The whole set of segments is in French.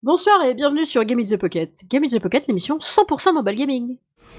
Bonsoir et bienvenue sur Game in the Pocket. Game in the Pocket, l'émission 100% mobile gaming.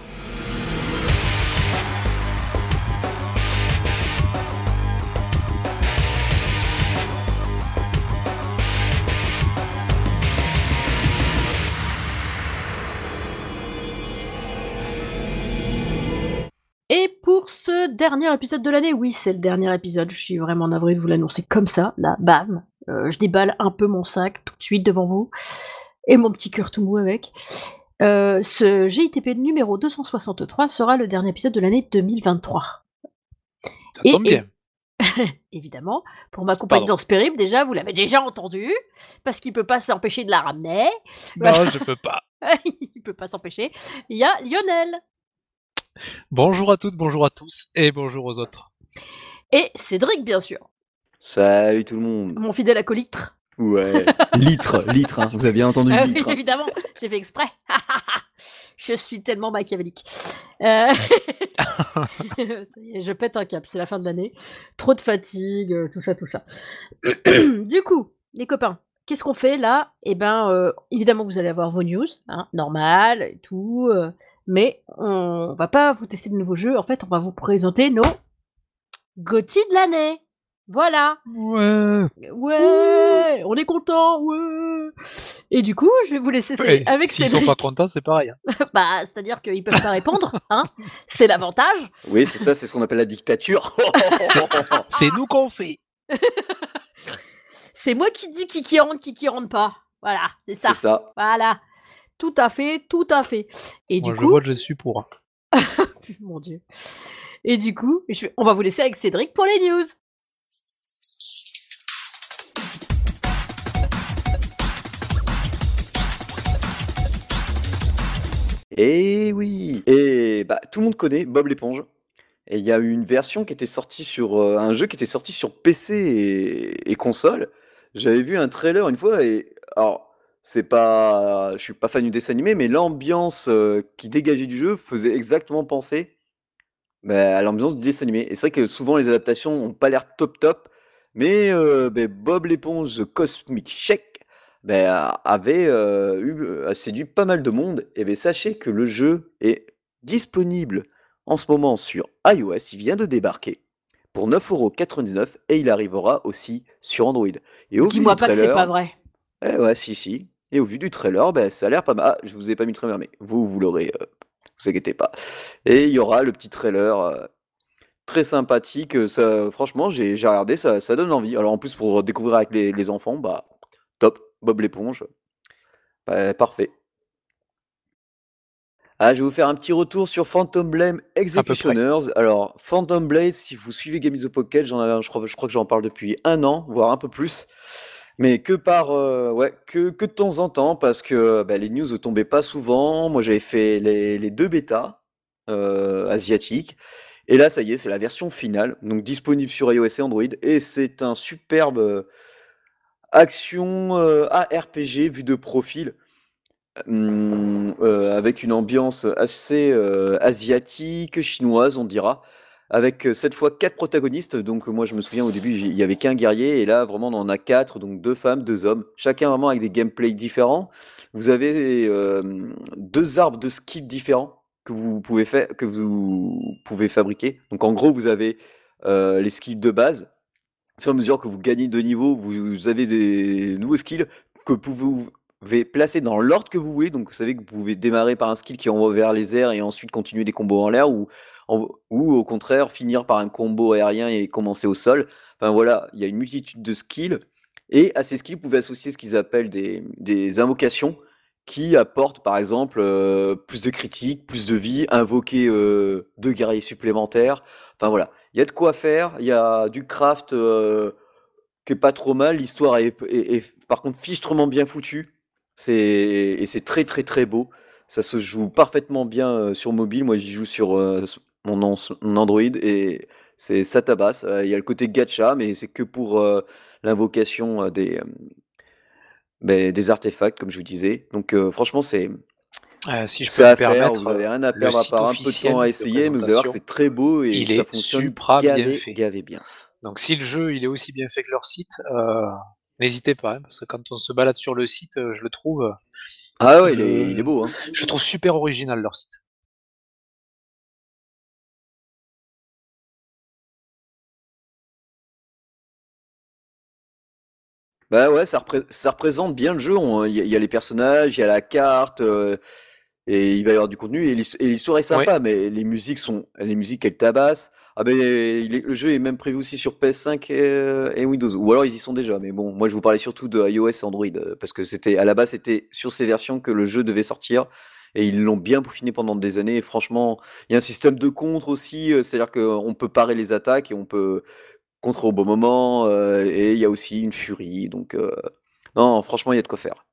Et pour ce dernier épisode de l'année, oui, c'est le dernier épisode, je suis vraiment navrée de vous l'annoncer comme ça, là, bam, je déballe un peu mon sac tout de suite devant vous, et mon petit cœur tout mou avec. Ce GITP numéro 263 sera le dernier épisode de l'année 2023. Ça tombe bien. Évidemment, pour m'accompagner dans ce périple, déjà, vous l'avez déjà entendu, parce qu'il peut pas s'empêcher de la ramener. Non, je peux pas. Il peut pas s'empêcher. Il y a Lionel. Bonjour à toutes, bonjour à tous, et bonjour aux autres. Et Cédric, bien sûr. Salut tout le monde. Mon fidèle acolyte. Ouais. litre, hein. Vous avez bien entendu Ah litre. oui, évidemment, j'ai fait exprès. Je suis tellement machiavélique. Ça y est, je pète un cap, c'est la fin de l'année. Trop de fatigue, tout ça. Du coup, les copains, qu'est-ce qu'on fait là? Eh ben, évidemment, vous allez avoir vos news, hein, normal et tout, mais on va pas vous tester de nouveaux jeux. En fait, on va vous présenter nos GOTY de l'année. Voilà. Ouais, on est content, ouais. Et du coup, je vais vous laisser avec s'ils Cédric. sont pas contents, c'est pareil. Hein. Bah, c'est-à-dire qu'ils peuvent pas répondre, hein. C'est l'avantage. Oui, c'est ça, c'est ce qu'on appelle la dictature. C'est nous qu'on fait. C'est moi qui dis qui rentre pas. Voilà, c'est ça. C'est ça. Voilà. Tout à fait. Et Moi, du je coup, vois, je suis pour. mon Dieu. Et du coup, on va vous laisser avec Cédric pour les news. Et oui. Et bah tout le monde connaît Bob l'éponge. Et il y a eu une version qui était sortie sur un jeu qui était sorti sur PC et console. J'avais vu un trailer une fois et alors je suis pas fan du dessin animé, mais l'ambiance qui dégageait du jeu faisait exactement penser à l'ambiance du dessin animé. Et c'est vrai que souvent les adaptations ont pas l'air top, mais Bob l'éponge The Cosmic Shake avait séduit pas mal de monde. Et sachez que le jeu est disponible en ce moment sur iOS, il vient de débarquer pour 9,99€ et il arrivera aussi sur Android. Et au vu Dis-moi du pas que c'est pas trailer, vrai. ouais, si. Et au vu du trailer, ça a l'air pas mal. Ah, je vous ai pas mis le trailer, mais vous l'aurez, vous inquiétez pas. Et il y aura le petit trailer très sympathique. Ça, franchement, j'ai regardé, ça donne envie. Alors en plus, pour découvrir avec les enfants, top. Bob l'éponge, parfait. Ah, je vais vous faire un petit retour sur Phantom Blade Executioners. Alors, Phantom Blade, si vous suivez Game in the Pocket, je crois que j'en parle depuis 1 an, voire un peu plus. Mais que de temps en temps, parce que les news ne tombaient pas souvent. Moi, j'avais fait les 2 bêtas asiatiques. Et là, ça y est, c'est la version finale, donc disponible sur iOS et Android. Et c'est un superbe action ARPG vu de profil. Avec une ambiance assez asiatique, chinoise, on dira, avec cette fois 4 protagonistes. Donc moi je me souviens au début il y avait qu'un guerrier et là vraiment on en a 4, donc 2 femmes, 2 hommes, chacun vraiment avec des gameplays différents. Vous avez 2 arbres de skills différents que vous pouvez fabriquer. Donc en gros vous avez les skills de base. Au fur et à mesure que vous gagnez de niveau, vous avez des nouveaux skills que vous pouvez placer dans l'ordre que vous voulez. Donc vous savez que vous pouvez démarrer par un skill qui envoie vers les airs et ensuite continuer des combos en l'air ou au contraire finir par un combo aérien et commencer au sol. Enfin voilà, il y a une multitude de skills. Et à ces skills, vous pouvez associer ce qu'ils appellent des invocations qui apportent par exemple plus de critiques, plus de vie, invoquer 2 guerriers supplémentaires. Enfin voilà, il y a de quoi faire, il y a du craft qui est pas trop mal, l'histoire est par contre fichtrement bien foutue, et c'est très très très beau, ça se joue parfaitement bien sur mobile, moi j'y joue sur mon Android et ça tabasse, il y a le côté gacha mais c'est que pour l'invocation des artefacts comme je vous disais, donc franchement Si je peux c'est me à faire, permettre, vous avez rien à le perdre à site part un peu de officiel temps à de essayer, mais vous allez voir que présentation, c'est très beau et il ça est fonctionne supra bien fait. gavé bien. Donc si le jeu il est aussi bien fait que leur site, n'hésitez pas, hein, parce que quand on se balade sur le site, je le trouve, Ah ouais, il est je beau, hein. je trouve super original leur site. Bah ouais, ça représente bien le jeu. Il y a les personnages, il y a la carte, et il va y avoir du contenu. Et l'histoire est Ouais, sympa, mais les musiques elles tabassent. Ah ben, le jeu est même prévu aussi sur PS5 et Windows. Ou alors ils y sont déjà. Mais bon, moi je vous parlais surtout de iOS et Android, parce que à la base c'était sur ces versions que le jeu devait sortir. Et ils l'ont bien peaufiné pendant des années. Et franchement, il y a un système de contre aussi, c'est-à-dire qu'on peut parer les attaques et on peut contre au bon moment, et il y a aussi une furie, donc non, franchement, il y a de quoi faire.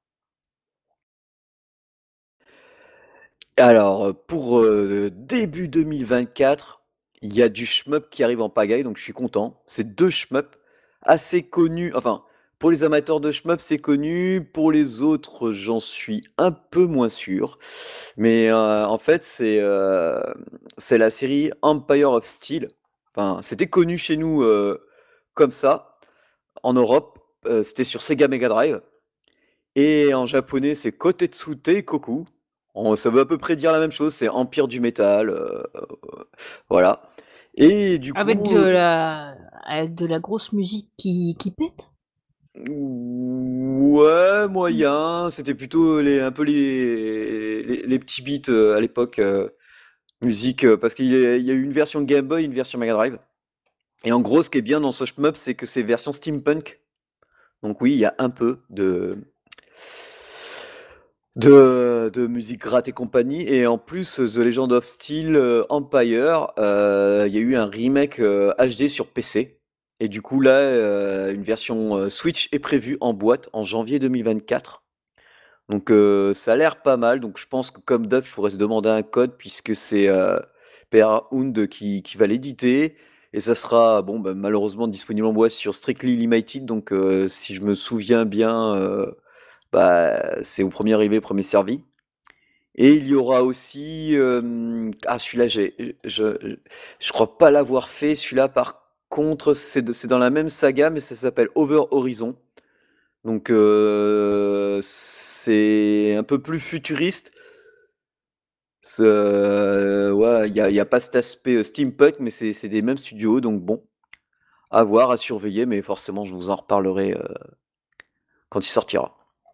Alors, pour début 2024, il y a du shmup qui arrive en pagaille, donc je suis content. C'est deux shmup assez connus. Enfin, pour les amateurs de shmup, c'est connu. Pour les autres, j'en suis un peu moins sûr. Mais en fait, c'est la série Empire of Steel. Enfin, c'était connu chez nous comme ça. En Europe, c'était sur Sega Mega Drive. Et en japonais, c'est Kotetsu Teikoku. Ça veut à peu près dire la même chose, c'est Empire du métal. Voilà. Et du Avec coup, avec de la grosse musique qui pète? ouais, moyen. C'était plutôt un peu les petits beats à l'époque. Musique, parce il y a eu une version Game Boy, une version Mega Drive. Et en gros, ce qui est bien dans ce shmup, c'est que c'est version steampunk. Donc oui, il y a un peu de musique gratte et compagnie. Et en plus, The Legend of Steel Empire, il y a eu un remake HD sur PC. Et du coup, là, une version Switch est prévue en boîte en janvier 2024. Donc ça a l'air pas mal. Donc je pense que comme d'hab, je pourrais te demander un code puisque c'est PR Hound qui va l'éditer. Et ça sera, bon, bah, malheureusement disponible en boîte sur Strictly Limited. Donc si je me souviens bien, bah, c'est au premier arrivé, premier servi. Et il y aura aussi, ah celui-là, je crois pas l'avoir fait. Celui-là, par contre, c'est dans la même saga, mais ça s'appelle Over Horizon. Donc c'est un peu plus futuriste. Ouais, il y a pas cet aspect steampunk, mais c'est des mêmes studios, donc bon, à voir, à surveiller, mais forcément, je vous en reparlerai quand il sortira.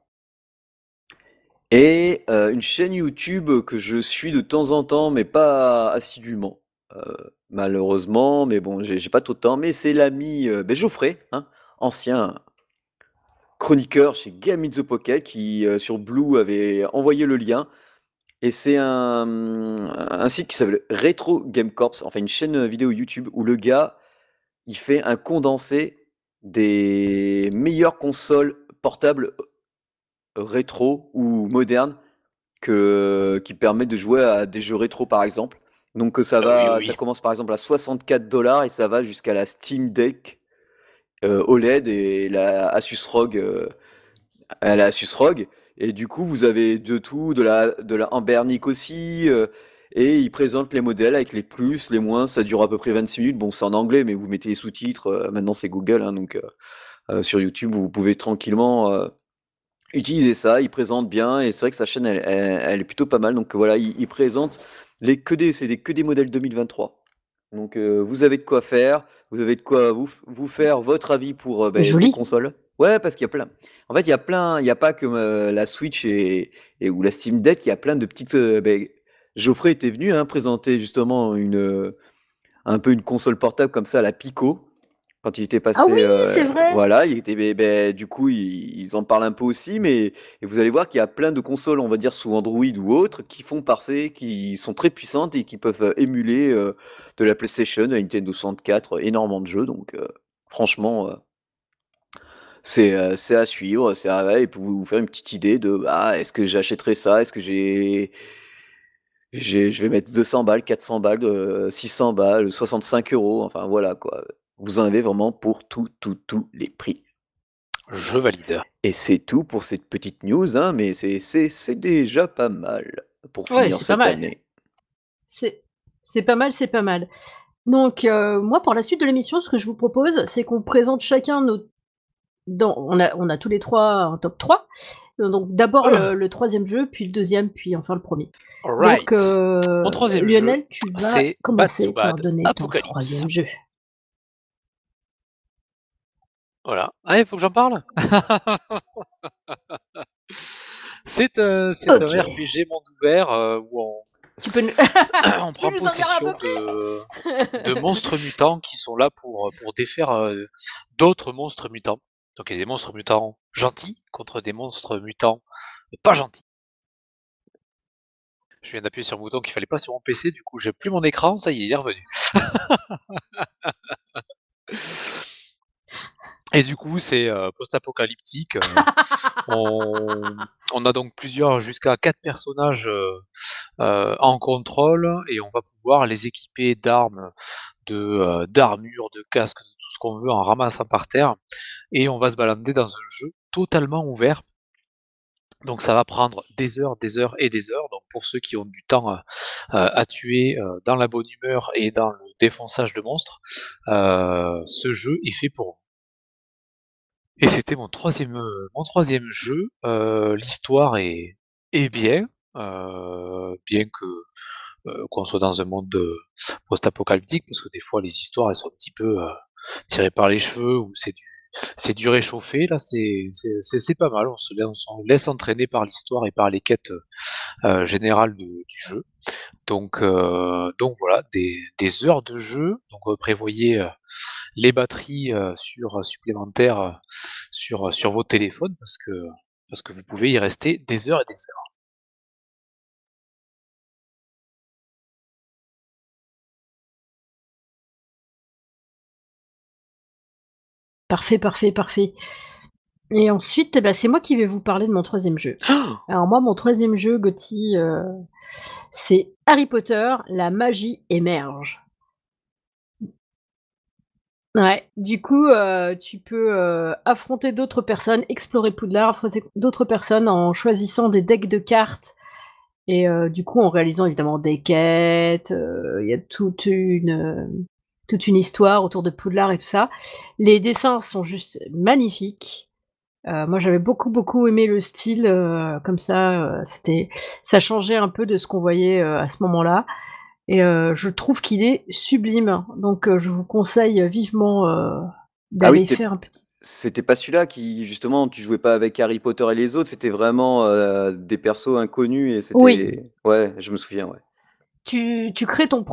Et une chaîne YouTube que je suis de temps en temps, mais pas assidûment, malheureusement, mais bon, j'ai pas trop de temps, mais c'est l'ami ben Geoffrey, hein, ancien chroniqueur chez Game in the Pocket, qui sur Blue avait envoyé le lien. Et c'est un site qui s'appelle Retro Game Corps, enfin une chaîne vidéo YouTube où le gars, il fait un condensé des meilleures consoles portables rétro ou modernes qui permettent de jouer à des jeux rétro par exemple. Donc ah oui, ça oui. commence par exemple à 64 $ et ça va jusqu'à la Steam Deck OLED et la Asus ROG. Et du coup, vous avez de tout, de la Ambernic aussi. Et ils présentent les modèles avec les plus, les moins. Ça dure à peu près 26 minutes. Bon, c'est en anglais, mais vous mettez les sous-titres. Maintenant, c'est Google, hein, donc sur YouTube, vous pouvez tranquillement utiliser ça. Ils présentent bien. Et c'est vrai que sa chaîne, elle est plutôt pas mal. Donc voilà, ils présentent que des modèles 2023. Donc vous avez de quoi faire, vous avez de quoi vous faire votre avis pour C'est ces joli. consoles. Ouais, parce qu'il y a plein. En fait, il y a pas que la Switch ou la Steam Deck, il y a plein de petites. Geoffrey était venu hein, présenter justement un peu une console portable comme ça à la Pico quand il était Ah passé. oui, c'est vrai. Voilà, il était. Du coup, ils en parlent un peu aussi, mais et vous allez voir qu'il y a plein de consoles, on va dire sous Android ou autres, qui font passer, qui sont très puissantes et qui peuvent émuler de la PlayStation, la Nintendo 64, énormément de jeux. Donc, franchement, c'est à suivre, c'est à ouais, et pour vous faire une petite idée de bah, est-ce que j'achèterais ça, est-ce que je vais mettre 200 balles, 400 balles, 600 balles, 65 €, enfin voilà quoi. Vous en avez vraiment pour tous les prix. Je valide. Et c'est tout pour cette petite news, hein, mais c'est déjà pas mal pour Ouais, finir c'est pas cette mal. année. C'est c'est pas mal, c'est pas mal. Donc moi, pour la suite de l'émission, ce que je vous propose, c'est qu'on présente chacun on a tous les trois un top 3. Donc d'abord le troisième jeu, puis le deuxième, puis enfin le premier. Alright. Donc Mon troisième Lionel, jeu, tu vas c'est Bad to commencer par Bad donner ton Apocalypse. troisième jeu. Voilà. Ah, il faut que j'en parle. C'est un RPG monde ouvert où Tu peux on prend nous en dire un possession peu de monstres mutants qui sont là pour défaire d'autres monstres mutants. Donc il y a des monstres mutants gentils contre des monstres mutants pas gentils. Je viens d'appuyer sur un bouton qu'il fallait pas sur mon PC, du coup j'ai plus mon écran, ça y est, il est revenu. Et du coup c'est post-apocalyptique. On a donc jusqu'à 4 personnages en contrôle et on va pouvoir les équiper d'armes, d'armure, de casques, de tout ce qu'on veut en ramassant par terre. Et on va se balader dans un jeu totalement ouvert. Donc ça va prendre des heures et des heures. Donc pour ceux qui ont du temps à tuer dans la bonne humeur et dans le défonçage de monstres, ce jeu est fait pour vous. Et c'était mon troisième jeu. L'histoire est bien, bien que qu'on soit dans un monde post-apocalyptique, parce que des fois les histoires elles sont un petit peu tirées par les cheveux ou c'est du réchauffé. Là, c'est pas mal. On se laisse entraîner par l'histoire et par les quêtes générales du jeu. Donc voilà, des heures de jeu. Donc prévoyez les batteries supplémentaires sur vos téléphones parce que vous pouvez y rester des heures et des heures. Parfait, parfait, parfait. Et ensuite, c'est moi qui vais vous parler de mon troisième jeu. Alors moi, mon troisième jeu, Gotti, c'est Harry Potter, la magie émerge. Ouais, du coup, tu peux affronter d'autres personnes, explorer Poudlard, affronter d'autres personnes en choisissant des decks de cartes et du coup en réalisant évidemment des quêtes. Il y a toute une histoire autour de Poudlard et tout ça. Les dessins sont juste magnifiques. Moi, j'avais beaucoup aimé le style comme ça. Ça changeait un peu de ce qu'on voyait à ce moment-là. Et je trouve qu'il est sublime. Donc, je vous conseille vivement Ah oui, d'aller faire un petit. c'était pas celui-là qui, justement, tu jouais pas avec Harry Potter et les autres, c'était vraiment des persos inconnus et Oui, c'était. Ouais, je me souviens, ouais. tu crées ton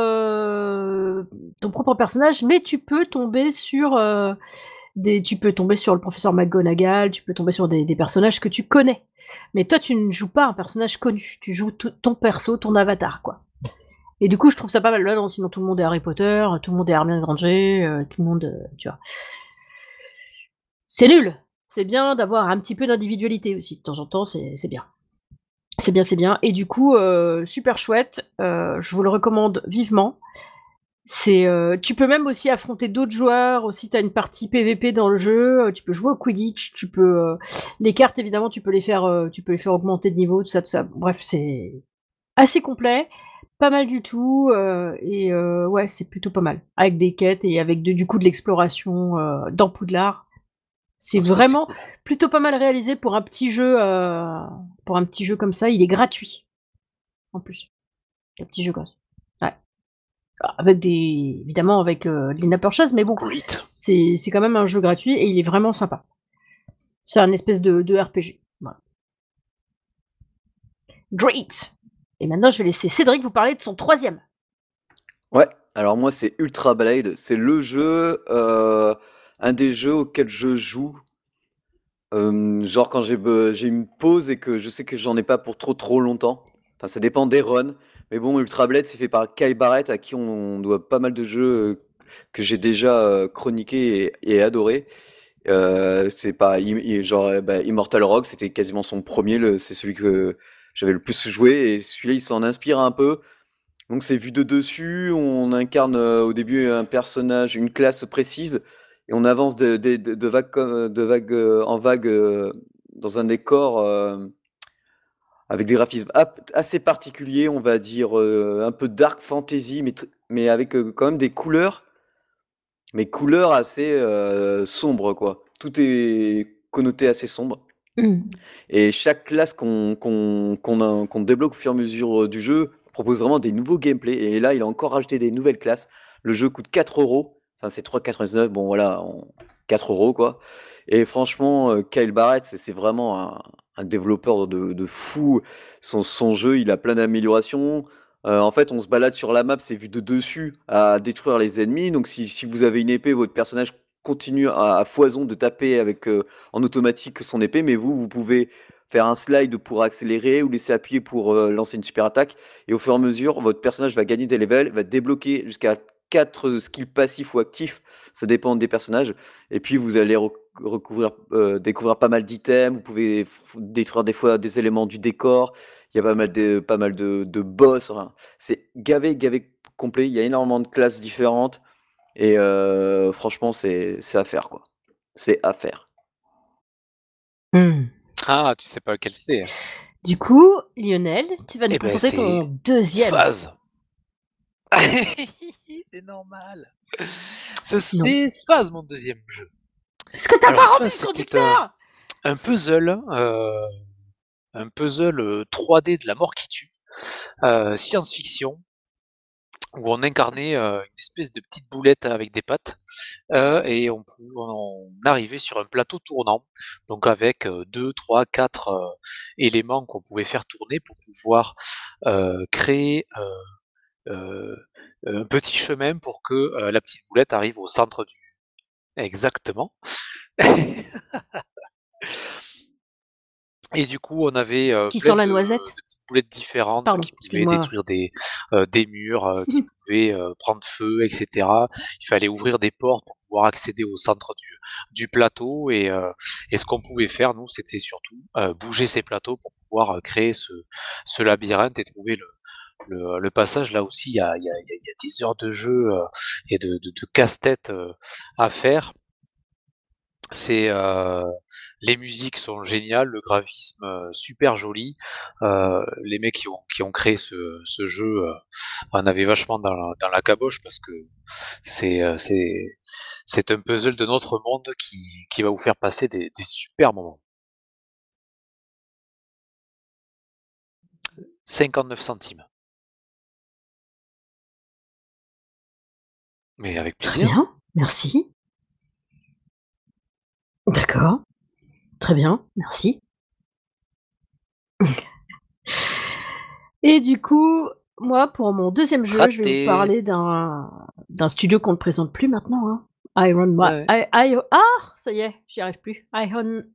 propre personnage, mais tu peux tomber sur tu peux tomber sur le professeur McGonagall, tu peux tomber sur des personnages que tu connais. Mais toi, tu ne joues pas un personnage connu. Tu joues ton perso, ton avatar, quoi. Et du coup, je trouve ça pas mal. Là, sinon, tout le monde est Harry Potter, tout le monde est Hermione Granger, tout le monde, tu vois. C'est nul. C'est bien d'avoir un petit peu d'individualité aussi. De temps en temps, c'est bien. C'est bien, c'est bien. Et du coup, super chouette. Je vous le recommande vivement. Tu peux même aussi affronter d'autres joueurs. Aussi, t'as une partie PVP dans le jeu. Tu peux jouer au Quidditch. Les cartes évidemment, tu peux les faire augmenter de niveau, tout ça, tout ça. Bref, c'est assez complet, pas mal du tout. Et ouais, c'est plutôt pas mal. Avec des quêtes et avec du coup de l'exploration dans Poudlard. C'est Donc ça c'est vraiment cool. plutôt pas mal réalisé pour un petit jeu. Pour un petit jeu comme ça, il est gratuit en plus. Un petit jeu gratuit. Ouais. Évidemment avec de l'in-purchase, mais bon, Great. c'est quand même un jeu gratuit et il est vraiment sympa. C'est un espèce de RPG. Voilà. Great. Et maintenant, je vais laisser Cédric vous parler de son troisième. Ouais, alors moi c'est Ultra Blade, c'est le jeu, un des jeux auxquels je joue, genre quand j'ai une pause et que je sais que j'en ai pas pour trop longtemps. Enfin ça dépend des runs, mais bon Ultra Blade c'est fait par Kyle Barrett à qui on doit pas mal de jeux que j'ai déjà chroniqué et adoré. C'est pas genre Immortal Rock, c'était quasiment son premier, c'est celui que j'avais le plus joué et celui-là il s'en inspire un peu. Donc c'est vu de dessus, on incarne au début un personnage, une classe précise, et on avance de vague, de vague en vague dans un décor avec des graphismes assez particuliers, on va dire un peu dark fantasy, mais avec quand même des couleurs, mais couleurs assez sombres quoi. tout est connoté assez sombre. Et chaque classe qu'on débloque au fur et à mesure du jeu propose vraiment des nouveaux gameplays. Et là, il a encore rajouté des nouvelles classes. Le jeu coûte 4 euros. Enfin, c'est 3,99. Bon, voilà, 4 euros, quoi. Et franchement, Kyle Barrett, c'est vraiment un développeur de fou. Son jeu, il a plein d'améliorations. En fait, on se balade sur la map, c'est vu de dessus à détruire les ennemis. Donc, si vous avez une épée, votre personnage continue à foison de taper avec en automatique son épée, mais vous pouvez faire un slide pour accélérer ou laisser appuyer pour lancer une super attaque. Et au fur et à mesure, votre personnage va gagner des levels, va débloquer jusqu'à 4 skills passifs ou actifs, ça dépend des personnages. Et puis vous allez découvrir pas mal d'items, vous pouvez détruire des fois des éléments du décor, il y a pas mal de boss, enfin, c'est gavé complet, il y a énormément de classes différentes. Et franchement, c'est à faire, quoi. C'est à faire. Ah, tu sais pas lequel c'est. Du coup, Lionel, tu vas nous Eh ben, présenter ton c'est deuxième. Sphase. C'est normal. C'est Sphase, mon deuxième jeu. Est-ce que t'as Alors, pas rempli Sphase, le c'était conducteur un puzzle 3D de la mort qui tue, science-fiction, où on incarnait une espèce de petite boulette avec des pattes, et on arrivait sur un plateau tournant, donc avec 2, 3, 4 éléments qu'on pouvait faire tourner pour pouvoir créer un petit chemin pour que la petite boulette arrive au centre du... Exactement. Et du coup, on avait Qui plein sent la de noisette petites boulettes différentes Pardon, qui pouvaient excuse-moi. détruire des murs, qui pouvaient prendre feu, etc. Il fallait ouvrir des portes pour pouvoir accéder au centre du plateau. Et ce qu'on pouvait faire, nous, c'était surtout bouger ces plateaux pour pouvoir créer ce labyrinthe et trouver le passage. Là aussi, il y a des heures de jeu et de casse-tête à faire. Les musiques sont géniales, le graphisme super joli. Les mecs qui ont créé ce jeu en avaient vachement dans la caboche, parce que c'est un puzzle de notre monde qui va vous faire passer des super moments. 59 centimes. Mais avec Très plaisir. bien, merci. D'accord. Très bien, merci. Et du coup, moi, pour mon deuxième jeu, je vais vous parler d'un studio qu'on ne présente plus maintenant. Hein. Ça y est, j'y arrive plus. Ironhide.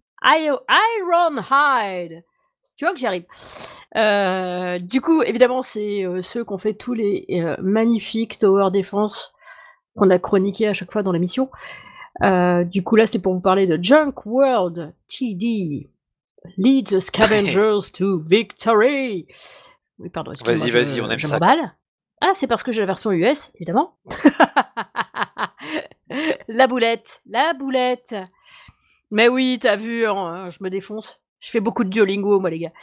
Tu vois que j'y arrive. Du coup, évidemment, c'est ceux qui ont fait tous les magnifiques Tower Defense qu'on a chroniqués à chaque fois dans l'émission. Du coup, là, c'est pour vous parler de Junk World TD. Lead the Scavengers to Victory. Oui, pardon, excusez-moi, Vas-y, on aime je ça. m'emballe. Ah, c'est parce que j'ai la version US, évidemment. La boulette. Mais oui, t'as vu, hein, je me défonce. Je fais beaucoup de Duolingo, moi, les gars.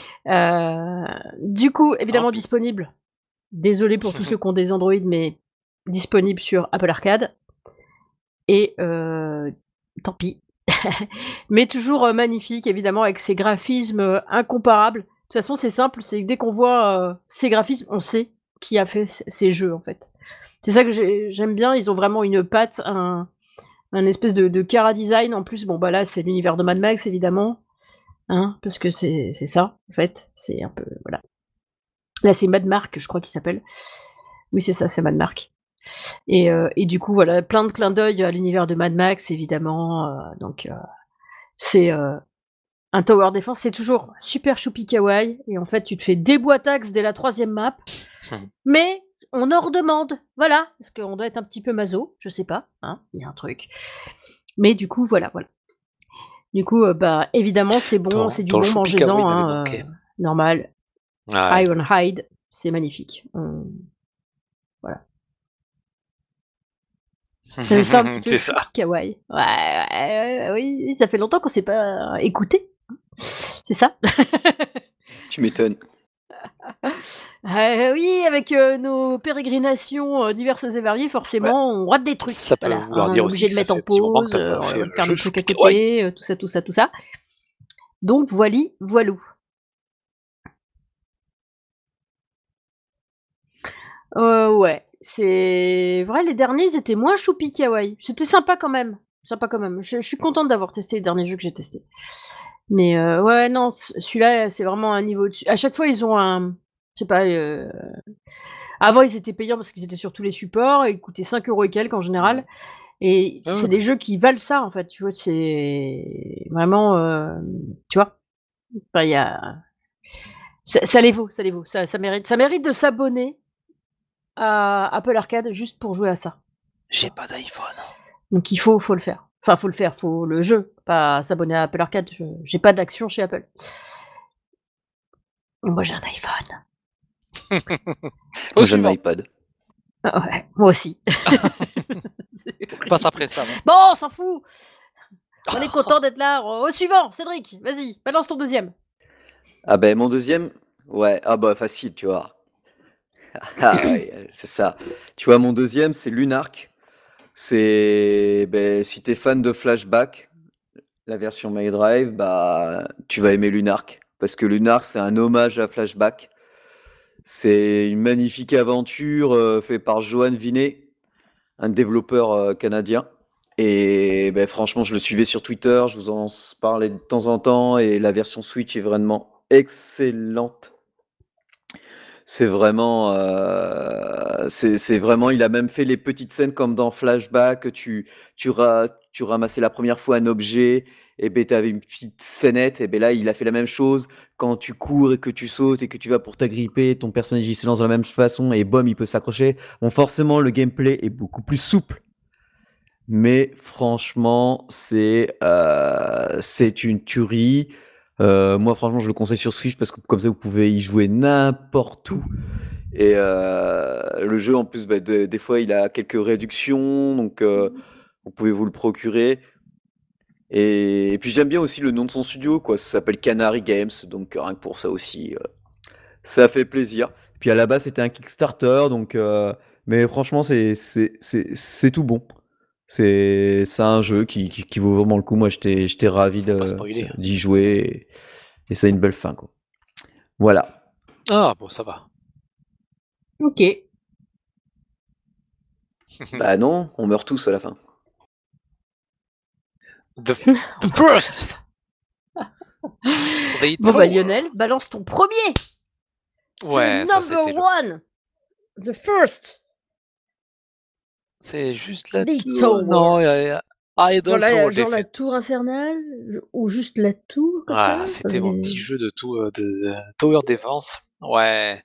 Du coup, évidemment, disponible. Désolé pour tous ceux qui ont des Android, mais disponible sur Apple Arcade. Et tant pis. Mais toujours magnifique, évidemment, avec ses graphismes incomparables. De toute façon, c'est simple, c'est que dès qu'on voit ces graphismes, on sait qui a fait ces jeux, en fait. C'est ça que j'aime bien, ils ont vraiment une patte, un espèce de chara design. En plus, bon, bah là, c'est l'univers de Mad Max, évidemment. Hein, parce que c'est ça, en fait. C'est un peu... Voilà. Là, c'est Mad Mark, je crois qu'il s'appelle. Oui, c'est ça, c'est Mad Mark. Et du coup, voilà, plein de clins d'œil à l'univers de Mad Max, évidemment. Donc, c'est un tower defense, c'est toujours super choupi kawaii. Et en fait, tu te fais déboîtax dès la 3e map. Mais on en redemande, voilà, parce qu'on doit être un petit peu maso, je sais pas, hein, il y a un truc. Mais du coup, voilà. Du coup, bah évidemment, c'est bon, c'est du bon, mangez-en, hein, normal. Ouais. Ironhide, c'est magnifique. Voilà. C'est un petit peu choupi kawaii. Ouais, oui, ça fait longtemps qu'on s'est pas écouté. C'est ça. Tu m'étonnes. Oui, avec nos pérégrinations diverses et variées, Ouais. forcément, on rate des trucs. Ça peut Voilà, vouloir on est dire aussi obligé que de ça mettre fait en un petit moment que pause, t'as pas on fait va le faire jeu des trucs à Choupi Kawaii. côté, tout ça, tout ça, tout ça. Donc, voilou. Ouais, c'est vrai, les derniers, ils étaient moins choupi kawaii. C'était sympa quand même. Sympa quand même. Je suis contente d'avoir testé les derniers jeux que j'ai testés. Mais ouais, non, celui-là, c'est vraiment un niveau dessus. À chaque fois, ils ont un. Je sais pas. Avant, ils étaient payants parce qu'ils étaient sur tous les supports. Et ils coûtaient 5 euros et quelques en général. Et Ah c'est ouais, des jeux qui valent ça, en fait. Tu vois, c'est vraiment. Tu vois, enfin, il y a. Ça les vaut, ça les vaut. Ça mérite de s'abonner à Apple Arcade juste pour jouer à ça. j'ai pas d'iPhone. Donc faut le faire. Enfin, faut le faire, faut le jeu, pas s'abonner à Apple Arcade. J'ai pas d'action chez Apple. Moi, j'ai un iPhone. Au Moi j'ai un suivant. iPad. Ah ouais, moi aussi. C'est Passe horrible. après Sam. Hein. Bon, on s'en fout. On est content d'être là. Au suivant, Cédric, vas-y, balance ton deuxième. Ah ben mon deuxième, ouais, ah bah facile, tu vois. Ah ouais, c'est ça. Tu vois, mon deuxième, c'est Lunark. C'est, ben, si t'es fan de Flashback, la version Mega Drive, bah, tu vas aimer Lunark. Parce que Lunark, c'est un hommage à Flashback. C'est une magnifique aventure faite par Johan Vinet, un développeur canadien. Et ben, franchement, je le suivais sur Twitter, je vous en parlais de temps en temps, et la version Switch est vraiment excellente. C'est vraiment, il a même fait les petites scènes comme dans Flashback, tu ramassais la première fois un objet, et ben t'avais une petite scénette, et ben là il a fait la même chose, quand tu cours et que tu sautes et que tu vas pour t'agripper, ton personnage il se lance de la même façon, et boum, il peut s'accrocher. Bon, forcément, le gameplay est beaucoup plus souple, mais franchement, c'est une tuerie. Moi, franchement, je le conseille sur Switch parce que comme ça, vous pouvez y jouer n'importe où. Et le jeu, en plus, bah, des fois, il a quelques réductions, donc vous pouvez vous le procurer. Et puis, j'aime bien aussi le nom de son studio, quoi. Ça s'appelle Canary Games, donc rien que pour ça aussi, ça fait plaisir. Puis à la base, c'était un Kickstarter, donc mais franchement, c'est tout bon. C'est un jeu qui vaut vraiment le coup. Moi, j'étais ravi Faut pas spoiler. d'y jouer et ça a une belle fin, quoi. Voilà. Ah bon, ça va. Ok. Bah non, on meurt tous à la fin. The first. The Bon bah tour. Lionel, balance ton premier. C'est le Ouais, ça number c'était le. one. The first. C'est juste la The tour. Non, Tower. Idle Tower Genre la tour Defense. infernale ou juste la tour comme ça. Voilà, c'était mon petit jeu de Tower Defense. Ouais,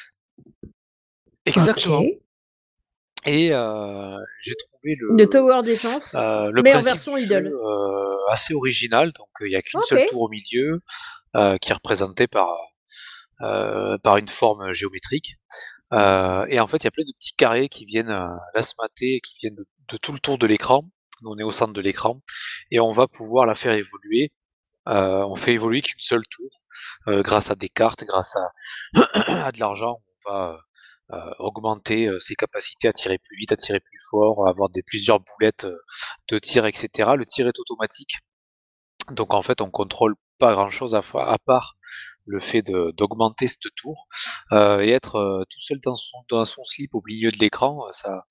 Ok. exactement. Et j'ai trouvé De Tower Defense, le mais en principe version du jeu idle. assez original. Donc il n'y a qu'une Ok. seule tour au milieu qui est représentée par une forme géométrique. Et en fait, il y a plein de petits carrés qui viennent la se mater, qui viennent de tout le tour de l'écran. On est au centre de l'écran et on va pouvoir la faire évoluer. On fait évoluer qu'une seule tour grâce à des cartes, grâce à de l'argent. On va augmenter ses capacités à tirer plus vite, à tirer plus fort, à avoir plusieurs boulettes de tir, etc. Le tir est automatique. Donc en fait, on contrôle pas grand-chose à part le fait d'augmenter cette tour et être tout seul dans son slip au milieu de l'écran,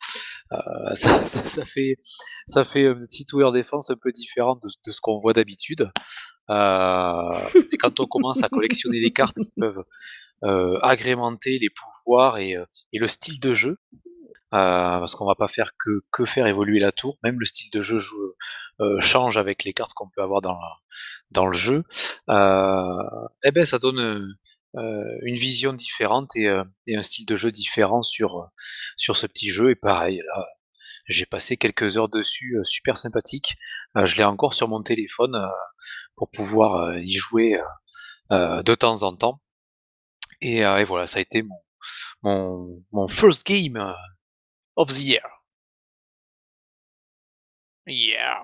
ça fait un petit tower défense un peu différent de ce qu'on voit d'habitude. Et quand on commence à collectionner les cartes qui peuvent agrémenter les pouvoirs et le style de jeu, parce qu'on va pas faire que faire évoluer la tour, même le style de jeu change avec les cartes qu'on peut avoir dans le jeu, et ben ça donne une vision différente et un style de jeu différent sur ce petit jeu. Et pareil, là, j'ai passé quelques heures dessus, super sympathique. Je l'ai encore sur mon téléphone pour pouvoir y jouer de temps en temps. Et voilà, ça a été mon first game of the year. Yeah.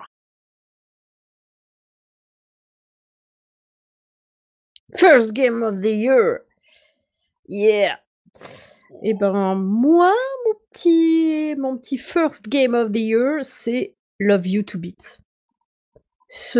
First game of the year. Yeah. Et ben moi, mon petit first game of the year, c'est Love You to Bits. Ce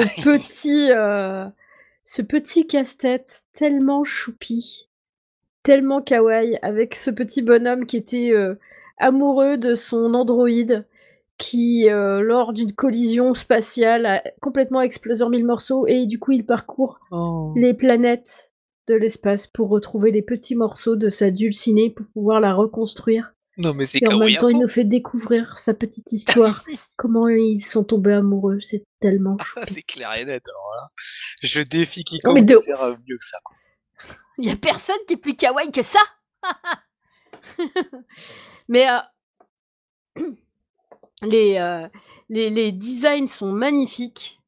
petit casse-tête tellement choupi, tellement kawaii, avec ce petit bonhomme qui était amoureux de son androïde, qui lors d'une collision spatiale a complètement explosé en 1000 morceaux, et du coup il parcourt Oh. les planètes de l'espace pour retrouver les petits morceaux de sa dulcinée pour pouvoir la reconstruire. Non, mais c'est Et en même kawaii à temps, il fond. nous fait découvrir sa petite histoire, comment ils sont tombés amoureux, c'est tellement Ah, choupi. c'est clair et net. Alors là, je défie Non mais quiconque de de ouf, faire mieux que ça. y a personne qui est plus kawaii que ça. Mais les designs sont magnifiques.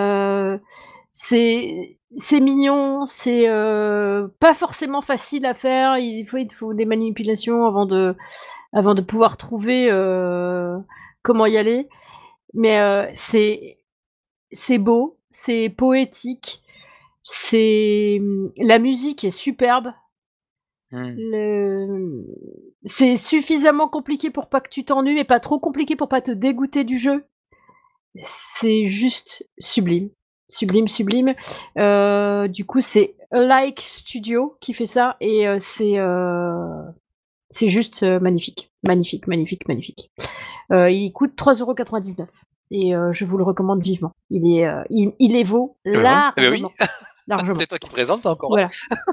C'est mignon, c'est pas forcément facile à faire. Il faut des manipulations avant de pouvoir trouver comment y aller. Mais c'est beau, c'est poétique, la musique est superbe. C'est suffisamment compliqué pour pas que tu t'ennuies, mais pas trop compliqué pour pas te dégoûter du jeu. C'est juste sublime. Sublime, sublime. Du coup, c'est Like Studio qui fait ça, et c'est juste magnifique. Magnifique, magnifique, magnifique. Il coûte 3,99 €. Et je vous le recommande vivement. Il les vaut Eh ben oui, largement. Largement. c'est toi qui présente encore. Voilà.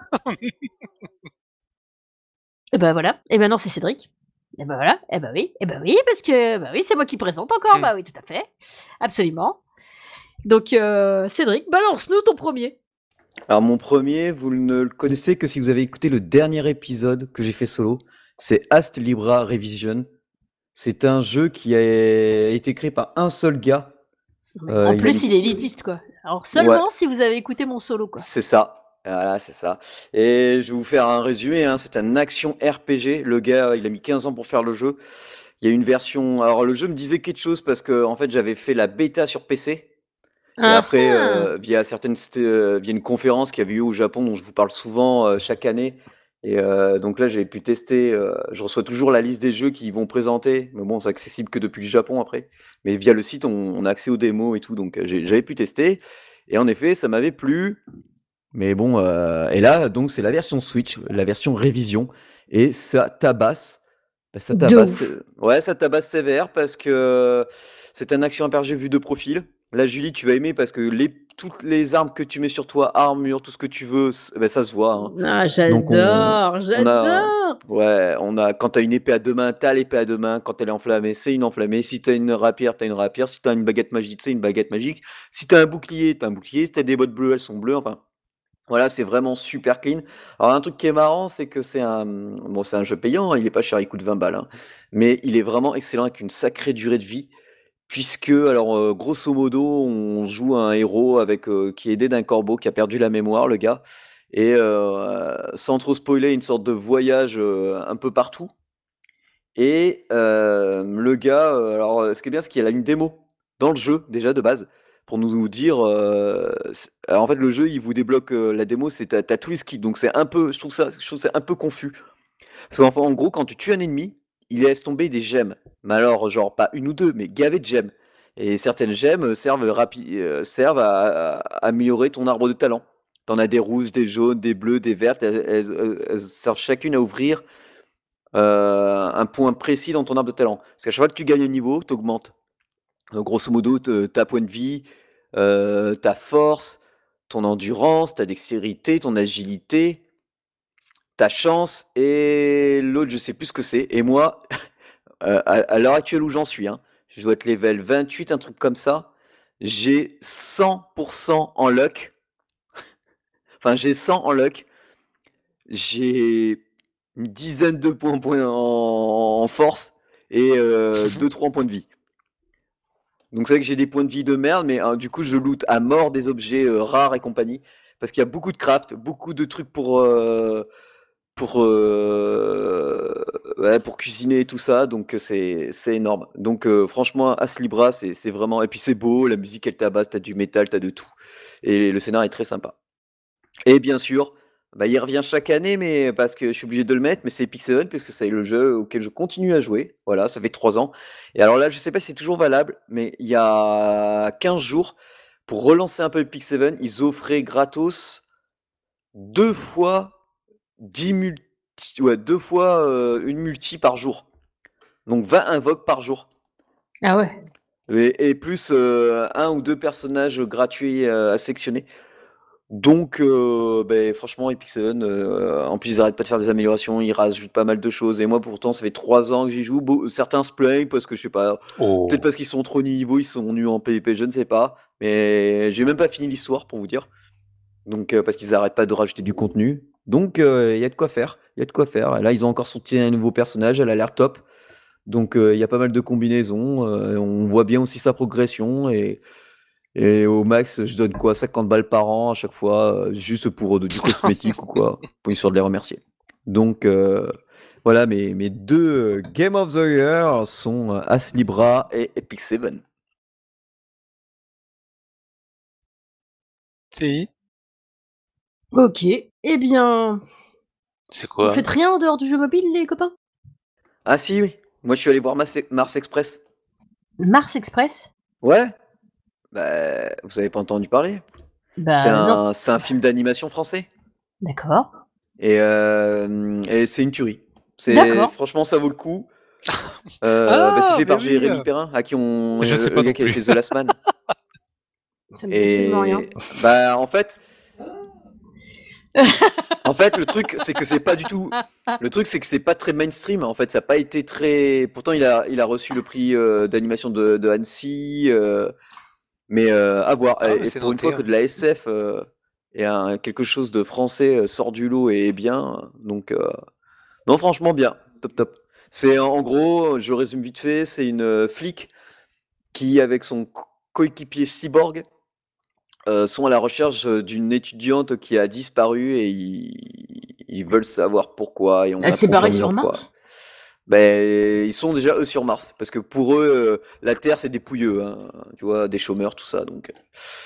Et ben voilà. Et maintenant c'est Cédric. Et ben voilà. Et ben oui, parce que bah oui, c'est moi qui présente encore. Bah oui, tout à fait. Absolument. Donc Cédric, balance-nous ton premier. Alors mon premier, vous ne le connaissez que si vous avez écouté le dernier épisode que j'ai fait solo. C'est Ast Libra Revision. C'est un jeu qui a été créé par un seul gars. En il a plus, mis- il est élitiste, quoi. Alors Ouais, seulement si vous avez écouté mon solo, quoi. c'est ça. Voilà, c'est ça. Et je vais vous faire un résumé, hein. C'est un action RPG. Le gars, il a mis 15 ans pour faire le jeu. Il y a une version. Alors le jeu me disait quelque chose parce que en fait j'avais fait la bêta sur PC. Et Ah après, ah. via une conférence qui avait eu au Japon, dont je vous parle souvent chaque année. Et donc là, j'ai pu tester. Je reçois toujours la liste des jeux qu'ils vont présenter, mais bon, c'est accessible que depuis le Japon après. Mais via le site, on a accès aux démos et tout, donc j'avais pu tester. Et en effet, ça m'avait plu. Mais bon, et là, donc c'est la version Switch, la version révision, et ça tabasse. Ça De tabasse, ouf. ouais, ça tabasse sévère parce que c'est un action RPG vue de profil. Là, Julie, tu vas aimer parce que toutes les armes que tu mets sur toi, armure, tout ce que tu veux, ben, ça se voit, hein. Ah, Donc j'adore, on a, j'adore. ouais, quand t'as une épée à deux mains, t'as l'épée à deux mains. Quand elle est enflammée, c'est une enflammée. Si t'as une rapière, t'as une rapière. Si t'as une baguette magique, c'est une baguette magique. Si t'as un bouclier, t'as un bouclier. Si t'as des bottes bleues, elles sont bleues. Enfin, voilà, c'est vraiment super clean. Alors un truc qui est marrant, c'est que c'est un jeu payant, hein, il est pas cher, il coûte 20 balles, hein. Mais il est vraiment excellent avec une sacrée durée de vie, puisque alors grosso modo, on joue un héros qui est aidé d'un corbeau qui a perdu la mémoire, le gars, et sans trop spoiler, une sorte de voyage un peu partout. Et le gars, ce qui est bien, c'est qu'il a une démo dans le jeu déjà de base pour nous dire. Alors, en fait, le jeu, il vous débloque la démo, t'as tous les skips, donc c'est un peu, je trouve ça un peu confus. Parce en gros, quand tu tues un ennemi, il laisse tomber des gemmes. Mais alors, genre pas une ou deux, mais gavé de gemmes. Et certaines gemmes servent à améliorer ton arbre de talent. T'en as des rouges, des jaunes, des bleus, des vertes. Elles servent chacune à ouvrir un point précis dans ton arbre de talent. Parce qu'à chaque fois que tu gagnes un niveau, tu augmentes. Grosso modo, ta point de vie, ta force, ton endurance, ta dextérité, ton agilité, ta chance, et l'autre, je sais plus ce que c'est. Et moi, à l'heure actuelle où j'en suis, hein, je dois être level 28, un truc comme ça. J'ai 100% en luck. Enfin, j'ai 100 en luck. J'ai une dizaine de points en force et 2-3 en points de vie. Donc c'est vrai que j'ai des points de vie de merde, mais du coup je loot à mort des objets rares et compagnie. Parce qu'il y a beaucoup de craft, beaucoup de trucs pour cuisiner et tout ça, donc c'est énorme. Donc franchement, As Libra, c'est vraiment. Et puis c'est beau, la musique elle tabasse, t'as du métal, t'as de tout. Et le scénario est très sympa. Et bien sûr, Bah, il revient chaque année, mais parce que je suis obligé de le mettre, mais c'est Epic Seven, puisque c'est le jeu auquel je continue à jouer. Voilà, ça fait 3 ans. Et alors là, je sais pas si c'est toujours valable, mais il y a 15 jours, pour relancer un peu Epic Seven, ils offraient gratos 2 fois 10 multi, ouais, 2 fois une multi par jour. Donc 20 invoques par jour. Ah ouais. Et plus un ou deux personnages gratuits à sectionner. Donc, ben, franchement, Epic Seven, en plus, ils arrêtent pas de faire des améliorations, ils rajoutent pas mal de choses. Et moi, pourtant, ça fait 3 ans que j'y joue. Certains se plaignent parce que, je sais pas, peut-être parce qu'ils sont trop niveau, ils sont nuls en PvP, je ne sais pas. Mais j'ai même pas fini l'histoire, pour vous dire. Donc, parce qu'ils arrêtent pas de rajouter du contenu. Donc, il y a de quoi faire. Il y a de quoi faire. Et là, ils ont encore sorti un nouveau personnage, elle a l'air top. Donc, il y a pas mal de combinaisons. On voit bien aussi sa progression. Et au max, je donne quoi, 50 balles par an à chaque fois, juste pour du cosmétique ou quoi, pour histoire de les remercier. Donc voilà, mes deux Game of the Year sont As Libra et Epic Seven. Si. Ok. Eh bien, C'est vous quoi? faites rien en dehors du jeu mobile, les copains? Ah si, oui. Moi je suis allé voir Mars Express. Mars Express? Ouais. Bah, vous avez pas entendu parler? C'est Bah non. c'est un film d'animation français. D'accord. Et c'est une tuerie. D'accord. Franchement, ça vaut le coup. C'est Ah, fait mais par oui. Jérémy Perrin, à qui Je sais le pas gars non qui avait plus. fait The Last Man. Ça me dit absolument rien. Et bah en fait, le truc c'est que c'est pas du tout. Le truc c'est que c'est pas très mainstream. En fait, ça a pas été très. Pourtant, il a reçu le prix d'animation de Annecy. Mais à voir. Ah, mais Et c'est pour une noté. fois que de la SF et quelque chose de français sort du lot et est bien. Donc non, franchement bien, top top. C'est en gros, je résume vite fait, c'est une flic qui avec son coéquipier cyborg sont à la recherche d'une étudiante qui a disparu et ils veulent savoir pourquoi et on Elle s'est apprend au fur et barrée à mesure sur pourquoi. Mars? Ben, ils sont déjà eux sur Mars parce que pour eux la Terre c'est des pouilleux, hein, tu vois, des chômeurs tout ça donc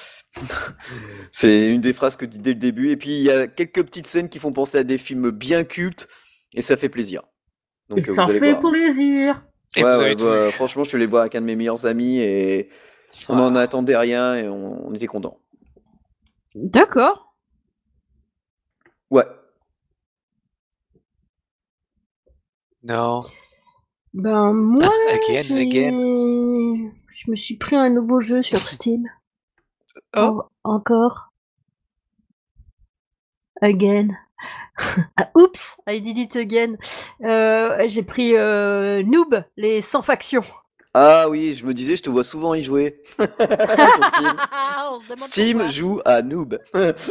c'est une des phrases que dit dès le début et puis il y a quelques petites scènes qui font penser à des films bien cultes et ça fait plaisir. Et Donc vous ça allez fait voir. plaisir. Et Ouais vous ouais avez tout vu. bah, franchement je suis allé voir avec un de mes meilleurs amis et on n'en Ah. attendait rien et on était contents. D'accord. Ouais. Non. Ben moi, Again. je me suis pris un nouveau jeu sur Steam. Oh. Encore. Again. Ah, oups, I did it again. J'ai pris Noob, les 100 factions. Ah oui, je me disais, je te vois souvent y jouer. Sur Steam. On se demande Steam pourquoi. joue à Noob.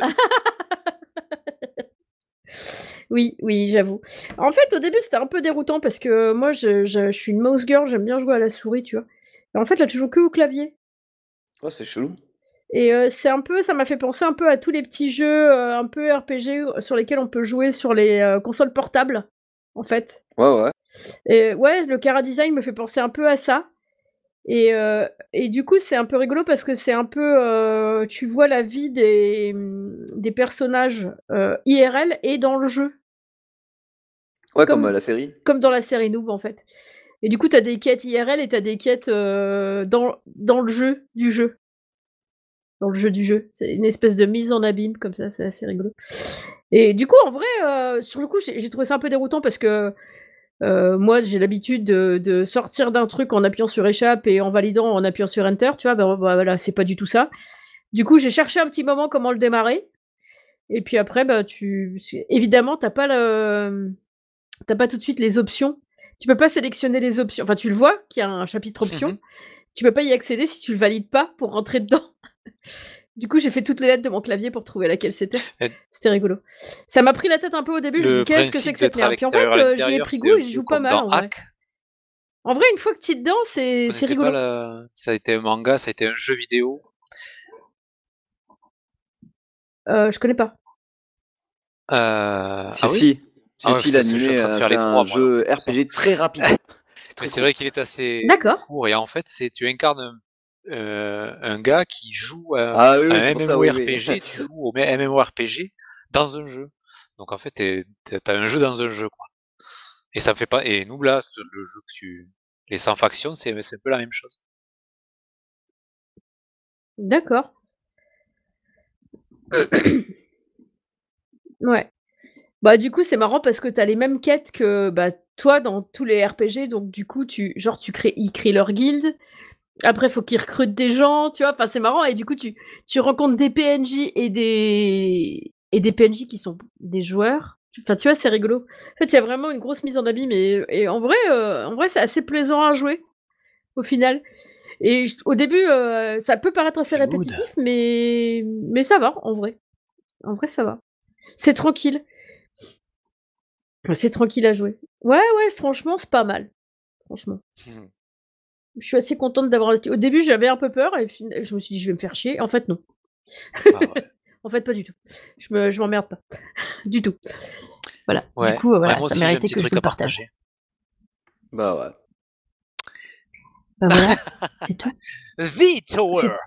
Oui, j'avoue. En fait, au début, c'était un peu déroutant parce que moi, je suis une mouse girl, j'aime bien jouer à la souris, tu vois. Et en fait, là, tu joues que au clavier. Oh, c'est chelou. Et c'est un peu, ça m'a fait penser un peu à tous les petits jeux un peu RPG sur lesquels on peut jouer sur les consoles portables, en fait. Ouais, ouais. Et ouais, le Cara Design me fait penser un peu à ça. Et du coup, c'est un peu rigolo parce que c'est un peu, tu vois la vie des personnages IRL et dans le jeu. Ouais, comme Comme, la série. comme dans la série Noob, en fait. Et du coup, t'as des quêtes IRL et t'as des quêtes dans le jeu du jeu. Dans le jeu du jeu. C'est une espèce de mise en abîme, comme ça, c'est assez rigolo. Et du coup, en vrai, sur le coup, j'ai trouvé ça un peu déroutant parce que moi, j'ai l'habitude de sortir d'un truc en appuyant sur échappe et en validant en appuyant sur enter, tu vois, bah voilà, c'est pas du tout ça. Du coup, j'ai cherché un petit moment comment le démarrer. Et puis après, bah, évidemment, t'as pas tout de suite les options. Tu peux pas sélectionner les options. Enfin, tu le vois qu'il y a un chapitre options. Tu peux pas y accéder si tu le valides pas pour rentrer dedans. Du coup, j'ai fait toutes les lettres de mon clavier pour trouver laquelle c'était. C'était rigolo. Ça m'a pris la tête un peu au début. Je me Le dis qu'est-ce que c'est principe que cette d'être à merde. Puis en l'extérieur à fait, j'y ai l'intérieur, pris c'est goût un et j'y peu joue pas comme mal dans en vrai. Hack. En vrai, une fois que tu es dedans, c'est Vous connaissez rigolo. pas ça a été un manga, ça a été un jeu vidéo. Je connais pas. Si, Ah oui? si. Ah ouais, Si, parce que je suis en l'animé, train de faire c'est les un trois, moi, donc jeu c'est pour ça. RPG très rapide. Mais Très c'est court. vrai qu'il est assez D'accord. court et en fait, tu incarnes un gars qui joue à Ah oui, oui, un c'est pour ça, oui, oui. MMORPG, tu joues au MMORPG dans un jeu. Donc en fait, t'as un jeu dans un jeu, quoi. Et ça me fait pas. Et nous là, le jeu les 100 factions, c'est un peu la même chose. D'accord. Ouais. Bah, du coup, c'est marrant parce que tu as les mêmes quêtes que, bah, toi dans tous les RPG, donc du coup, ils créent leur guilde. Après, faut qu'ils recrutent des gens, tu vois? Enfin, c'est marrant et du coup, tu rencontres des PNJ et des PNJ qui sont des joueurs. Enfin, tu vois, c'est rigolo. En fait, il y a vraiment une grosse mise en abîme et en vrai, c'est assez plaisant à jouer, au final. Et au début, ça peut paraître assez C'est good. répétitif, mais ça va, en vrai. En vrai, ça va. C'est tranquille. C'est tranquille à jouer. Ouais, ouais, franchement, c'est pas mal. Franchement. Hmm. Je suis assez contente d'avoir investi. Au début, j'avais un peu peur et puis je me suis dit, je vais me faire chier. En fait, non. Ah ouais. En fait, pas du tout. Je m'emmerde pas. Du tout. Voilà. Du Ouais. coup, Ouais, voilà, moi ça aussi, j'ai un méritait petit que je truc vous le à partage. partager. Bah ouais. Bah voilà, c'est tout. The Tower.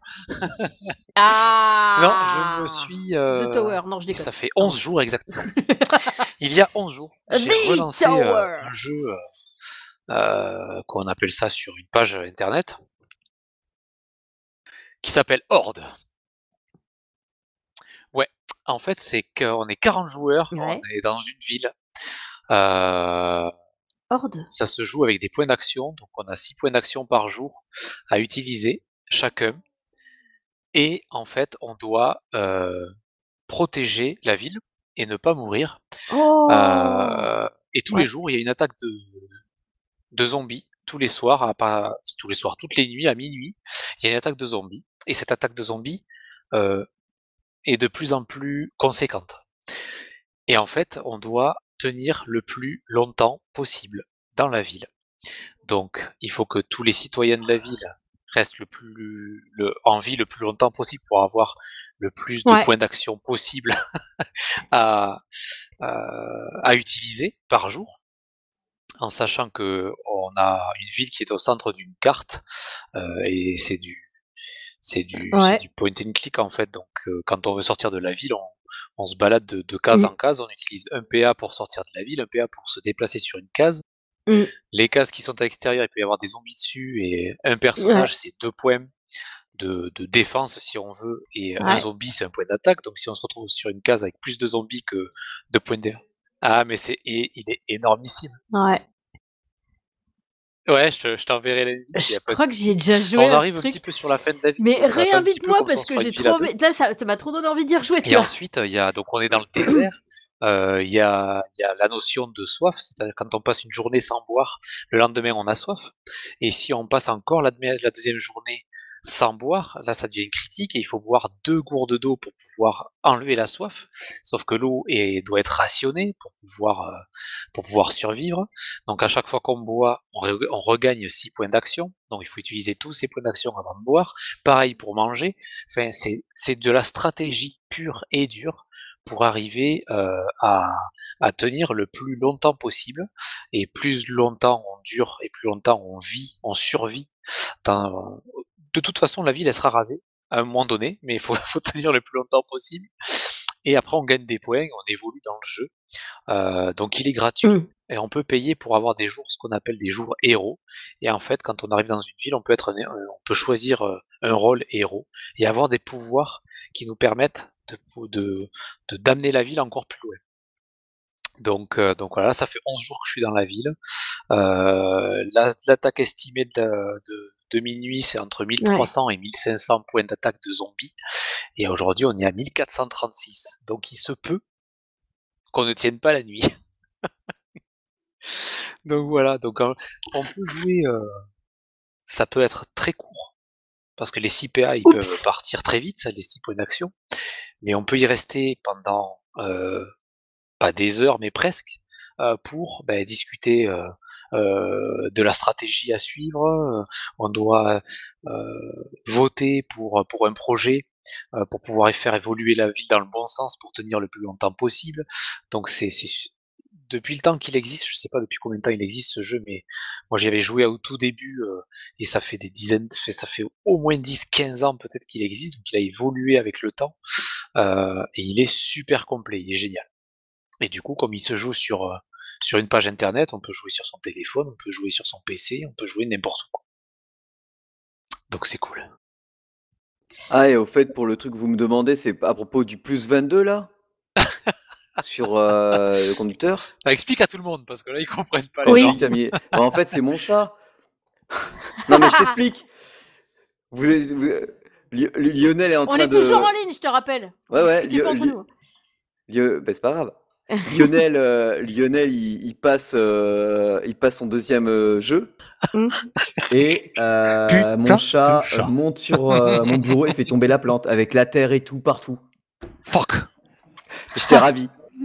Non, je me suis. The Tower, non, je déconne. Ça fait Pardon. 11 jours exactement. Il y a 11 jours, j'ai The relancé Tower. un jeu qu'on appelle ça sur une page internet qui s'appelle Horde. Ouais, en fait, c'est qu'on est 40 joueurs, on Ouais. est dans une ville. Euh, Horde. ça se joue avec des points d'action, donc on a 6 points d'action par jour à utiliser chacun. Et en fait, on doit protéger la ville et ne pas mourir. Oh. Et tous les Ouais. jours, il y a une attaque de zombies. Tous les soirs, tous les soirs, toutes les nuits à minuit, il y a une attaque de zombies. Et cette attaque de zombies euh, est de plus en plus conséquente. Et en fait, on doit tenir le plus longtemps possible dans la ville. Donc, il faut que tous les citoyens de la ville restent en vie le plus longtemps possible pour avoir le plus de Ouais. points d'action possible à, à utiliser par jour, en sachant que on a une ville qui est au centre d'une carte et c'est Ouais. du point and click en fait. Donc, quand on veut sortir de la ville, on se balade de case Mm. en case. On utilise un PA pour sortir de la ville, un PA pour se déplacer sur une case. Mm. Les cases qui sont à l'extérieur, il peut y avoir des zombies dessus et un Ouais. personnage, c'est 2 points de défense si on veut, et un Ouais. zombie, c'est un point d'attaque. Donc si on se retrouve sur une case avec plus de zombies que de points de... Ah, mais il est énormissime. Ouais. Ouais, je t'enverrai l'invite, il n'y Je a pas de crois que j'ai souci. déjà joué On à ce arrive un truc. petit peu sur la fin de la ville, Mais donc attends un petit peu réinvite-moi comme ça on parce se que fera une j'ai ville à trop deux. envie. Là, ça m'a trop donné envie d'y rejouer, tu Et vois. ensuite, donc on est dans le désert, il y a la notion de soif, c'est-à-dire quand on passe une journée sans boire, le lendemain on a soif. Et si on passe encore la deuxième journée sans boire, là ça devient critique et il faut boire 2 gourdes d'eau pour pouvoir enlever la soif. Sauf que doit être rationnée pour pouvoir survivre. Donc à chaque fois qu'on boit, on regagne 6 points d'action. Donc il faut utiliser tous ces points d'action avant de boire. Pareil pour manger. Enfin, c'est de la stratégie pure et dure pour arriver à tenir le plus longtemps possible. Et plus longtemps on dure et plus longtemps on vit, on survit. De toute façon, la ville, elle sera rasée à un moment donné, mais il faut, faut tenir le plus longtemps possible. Et après, on gagne des points, on évolue dans le jeu. Donc, il est gratuit. Mm. Et on peut payer pour avoir des jours, ce qu'on appelle des jours héros. Et en fait, quand on arrive dans une ville, on peut choisir un rôle héros et avoir des pouvoirs qui nous permettent d'amener la ville encore plus loin. Donc voilà, ça fait 11 jours que je suis dans la ville. L'attaque estimée de minuit, c'est entre Ouais. 1300 et 1500 points d'attaque de zombies. Et aujourd'hui, on est à 1436. Donc il se peut qu'on ne tienne pas la nuit. Donc voilà, donc on peut jouer, ça peut être très court, parce que les 6 PA, ils peuvent Oups. partir très vite, les 6 points d'action, mais on peut y rester pendant, pas des heures, mais presque, pour discuter de la stratégie à suivre. On doit voter pour un projet, pour pouvoir faire évoluer la ville dans le bon sens, pour tenir le plus longtemps possible. Donc depuis le temps qu'il existe, je sais pas depuis combien de temps il existe ce jeu, mais moi j'y avais joué au tout début, et ça fait ça fait au moins 10-15 ans peut-être qu'il existe, donc il a évolué avec le temps, et il est super complet, il est génial. Et du coup, comme il se joue sur une page internet, on peut jouer sur son téléphone, on peut jouer sur son PC, on peut jouer n'importe où, quoi. Donc c'est cool. Ah, et au fait, pour le truc que vous me demandez, c'est à propos du plus 22 là? Sur le conducteur? Explique à tout le monde, parce que là, ils comprennent pas Quand les je gens. dis que t'as mis. Bah, en fait, c'est mon chat. Non, mais je t'explique. Lionel est en On train est toujours de. en ligne, je te rappelle. Ouais, ouais, Discutez pas entre nous. bah, c'est pas grave. Lionel, il passe son deuxième jeu. Et Putain mon chat de chat. monte sur mon bureau et fait tomber la plante avec la terre et tout partout. Fuck. J'étais ravi.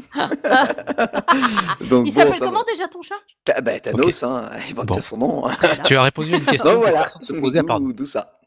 Donc, Il bon, s'appelle ça comment va. déjà ton chat? Bah, Thanos, hein. Il va me Bon. dire son nom. Tu as répondu à une question Donc que voilà. personne ne se posait à part nous. D'où ça.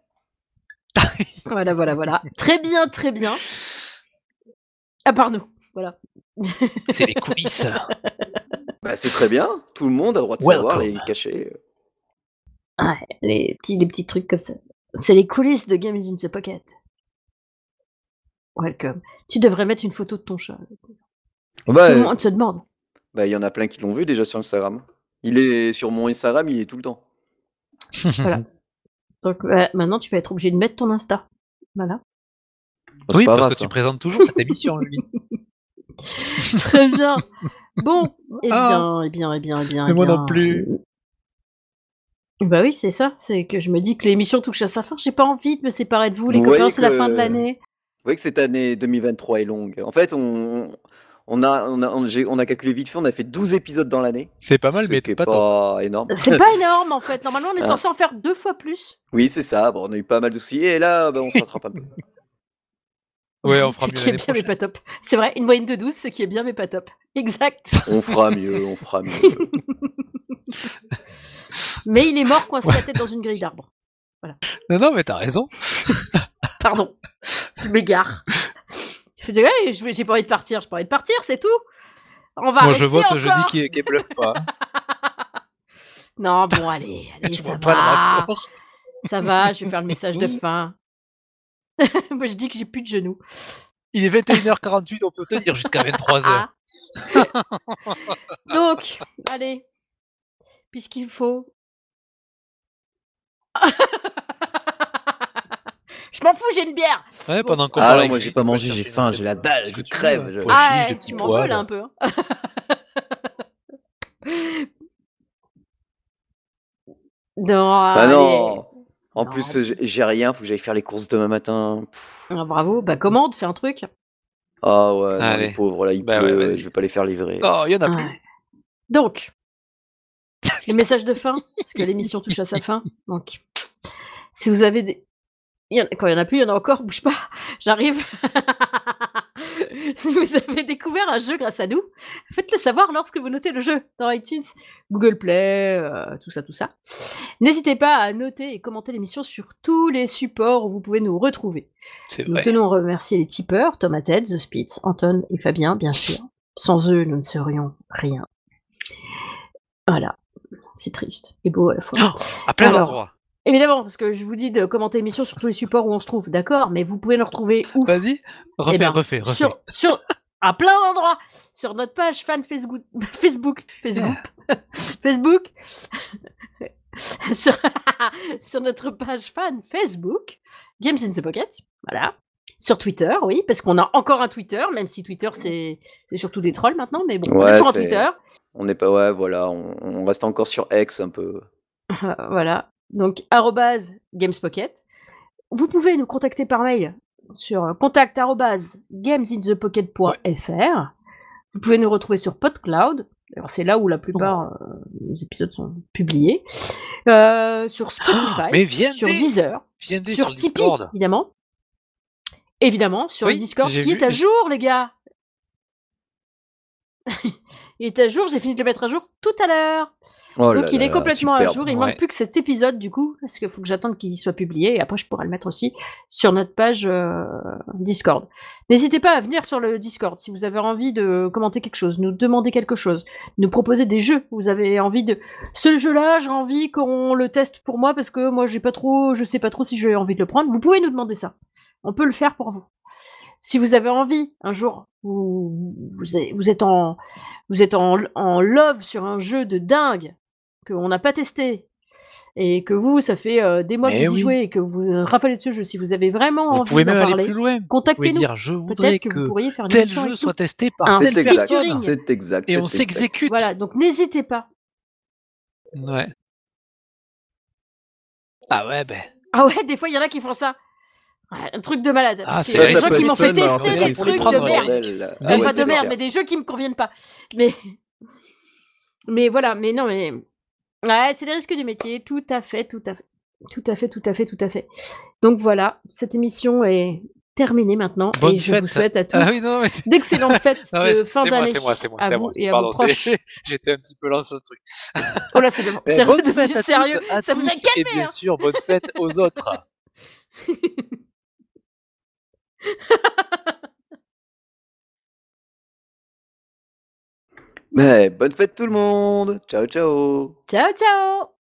Voilà. Très bien, très bien. À part nous, voilà. C'est les coulisses. Bah, c'est très bien. Tout le monde a le droit de savoir Welcome. les cachets. Ouais, les petits trucs comme ça. C'est les coulisses de Games in the Pocket. Welcome. Tu devrais mettre une photo de ton chat. Bah, Tout le monde se demande. bah, il y en a plein qui l'ont vu déjà sur Instagram. Il est sur mon Instagram, il est tout le temps. Voilà. Donc maintenant, tu vas être obligé de mettre ton Insta. Voilà. Bah, c'est Oui, pas parce grave, que ça. tu présentes toujours cette émission, lui. Très bien. Bon, eh Ah. bien. Mais moi non plus. Bah oui, c'est ça. C'est que je me dis que l'émission touche à sa fin. J'ai pas envie de me séparer de vous, les Vous copains. voyez C'est la fin de que- l'année. Vous voyez que cette année 2023 est longue. En fait, on a calculé vite fait, on a fait 12 épisodes dans l'année. C'est pas mal, Ce mais qui est pas top. pas énorme. C'est pas énorme en fait. Normalement, on est Hein. censé en faire 2 fois plus. Oui, c'est ça. Bon, on a eu pas mal de soucis. Et là, bah, on se rattrape un peu. Ouais, on fera Ce mieux qui est l'année bien mais prochaine. pas top. C'est vrai, une moyenne de 12, ce qui est bien mais pas top. Exact. On fera mieux, on fera mieux. Mais il est mort coincé la tête dans une grille d'arbre. Non, mais t'as raison. Pardon. Je m'égare. Je dis ouais, j'ai pas envie de partir. J'ai pas envie de partir, c'est tout. On va Moi, rester je vote, encore. je dis qu'il bluffe pas. Non, bon, allez, Je ça vois pas le va. rapport. Ça va, je vais faire le message de fin. Moi, je dis que j'ai plus de genoux. Il est 21h48, on peut tenir jusqu'à 23h. Donc, allez, puisqu'il faut. Je m'en fous, j'ai une bière. Ouais, Bon. pendant qu'on Ah parle non, avec moi lui, j'ai tu pas peux mangé, chercher j'ai une faim, assiette, j'ai la dalle, ce que je tu crève. veux, je- pois chiches, Ah, des ouais, petits tu m'en veux là pois. un peu. Hein. Non, Bah allez. non. En Non. plus, j'ai rien, faut que j'aille faire les courses demain matin. Pff. Ah, bravo, bah commande, fais un truc. Ah ouais, non, Allez. les pauvres, là, il Bah ouais, pleut, vas-y. je vais pas les faire livrer. Oh, il y en a plus. Ouais. Donc, le message de fin, parce que l'émission touche à sa fin. Donc, si vous avez des. Quand il y en a plus, il y en a encore, bouge pas, j'arrive. Si vous avez découvert un jeu grâce à nous, faites-le savoir lorsque vous notez le jeu dans iTunes, Google Play, tout ça. N'hésitez pas à noter et commenter l'émission sur tous les supports où vous pouvez nous retrouver. C'est Nous vrai. tenons à remercier les tipeurs, Tomated, The Spitz, Anton et Fabien, bien sûr. Sans eux, nous ne serions rien. Voilà, c'est triste et beau à la fois. À plein Alors, d'endroits. Évidemment, parce que je vous dis de commenter l'émission sur tous les supports où on se trouve, d'accord, mais vous pouvez nous retrouver où? Vas-y, Eh ben, refais. à plein d'endroits, sur notre page fan Facebook, sur notre page fan Facebook, Games in the Pocket, voilà. Sur Twitter, oui, parce qu'on a encore un Twitter, même si Twitter c'est surtout des trolls maintenant, mais bon, on est Ouais, sur un Twitter. on n'est pas, ouais, voilà, on reste encore sur X un peu. Voilà, donc @gamespocket. Vous pouvez nous contacter par mail sur contact@gamesinthepocket.fr. Vous pouvez nous retrouver sur PodCloud. Alors c'est là où la plupart des épisodes sont publiés. Sur Spotify, mais viens sur dès- Deezer, Viens dès sur sur le Tipeee, Discord. évidemment. Évidemment, sur Oui, le Discord j'ai qui vu. est à jour, les gars. Il est à jour, j'ai fini de le mettre à jour tout à l'heure. Oh Donc là il là est là, complètement à superbe. jour, il Ouais. manque plus que cet épisode du coup, parce qu'il faut que j'attende qu'il soit publié, et après je pourrai le mettre aussi sur notre page Discord. N'hésitez pas à venir sur le Discord si vous avez envie de commenter quelque chose, nous demander quelque chose, nous proposer des jeux, vous avez envie de... Ce jeu-là, j'ai envie qu'on le teste pour moi, parce que moi je sais pas trop si j'ai envie de le prendre, vous pouvez nous demander ça. On peut le faire pour vous. Si vous avez envie, un jour, vous êtes en love sur un jeu de dingue qu'on n'a pas testé et que ça fait des mois que Mais vous y oui. jouez et que vous raffolez de ce jeu, si vous avez vraiment Vous envie pouvez d'en même aller parler, plus loin. Vous pouvez contactez-nous. dire je voudrais Peut-être que vous que pourriez faire une tel émission jeu avec soit nous. testé par Un C'est telle exact. personne C'est exact. et c'est on exact. s'exécute. Voilà, donc n'hésitez pas. Ouais. Ah ouais, ben. Ah ouais, des fois, il y en a qui font ça. Ouais, un truc de malade. Ah, Parce c'est qu'il y a les des Ça gens peut qui être m'ont fait fun, mais alors tester c'est là des pour les trucs prendre, de les merde. risques. Ah Enfin, ouais, pas c'est de merde, clair. mais des jeux qui me conviennent pas. Mais, mais voilà, mais non, mais ouais, c'est les risques du métier. Tout à fait, tout à fait, tout à fait, tout à fait, tout à fait. Donc voilà, cette émission est terminée maintenant Bonne et je vous fête. souhaite à Ah tous oui, non, mais c'est. d'excellentes fêtes Non, mais de fin c'est moi, d'année c'est moi, c'est moi, à c'est vous moi. et à Pardon, vos proches. j'étais un petit peu lent sur le truc. Oh là, c'est Mais bonne redevenu fête à sérieux. toutes, à Ça vous a tous, et calmé, bien hein. sûr, bonne fête aux autres. Mais bonne fête tout le monde. Ciao, ciao. Ciao, ciao.